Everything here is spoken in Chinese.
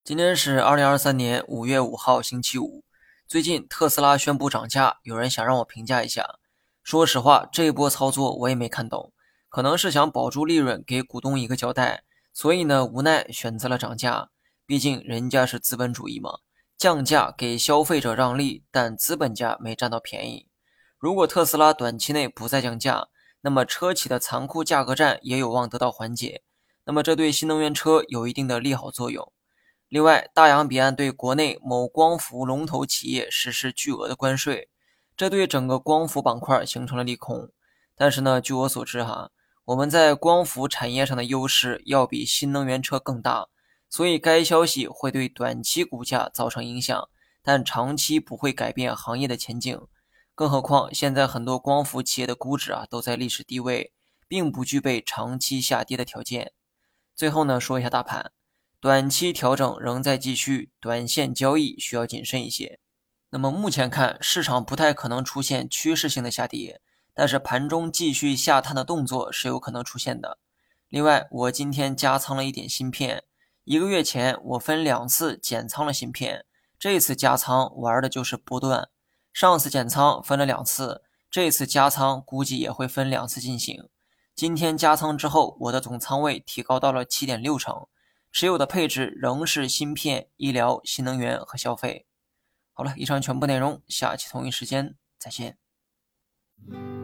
今天是2023年5月5号，星期五。最近特斯拉宣布涨价，有人想让我评价一下。说实话，这波操作我也没看懂，可能是想保住利润，给股东一个交代，所以呢，无奈选择了涨价。毕竟人家是资本主义嘛，降价给消费者让利，但资本家没占到便宜。如果特斯拉短期内不再降价，那么车企的残酷价格战也有望得到缓解。那么这对新能源车有一定的利好作用。另外，大洋彼岸对国内某光伏龙头企业实施巨额的关税，这对整个光伏板块形成了利空。但是呢，据我所知我们在光伏产业上的优势要比新能源车更大，所以该消息会对短期股价造成影响，但长期不会改变行业的前景。更何况，现在很多光伏企业的估值都在历史低位，并不具备长期下跌的条件。最后呢，说一下大盘。短期调整仍在继续，短线交易需要谨慎一些。那么目前看，市场不太可能出现趋势性的下跌，但是盘中继续下探的动作是有可能出现的。另外，我今天加仓了一点芯片，一个月前我分两次减仓了芯片，这次加仓玩的就是波段。上次减仓分了两次，这次加仓估计也会分两次进行。今天加仓之后，我的总仓位提高到了7.6成。持有的配置仍是芯片、医疗、新能源和消费。好了，以上全部内容，下期同一时间再见。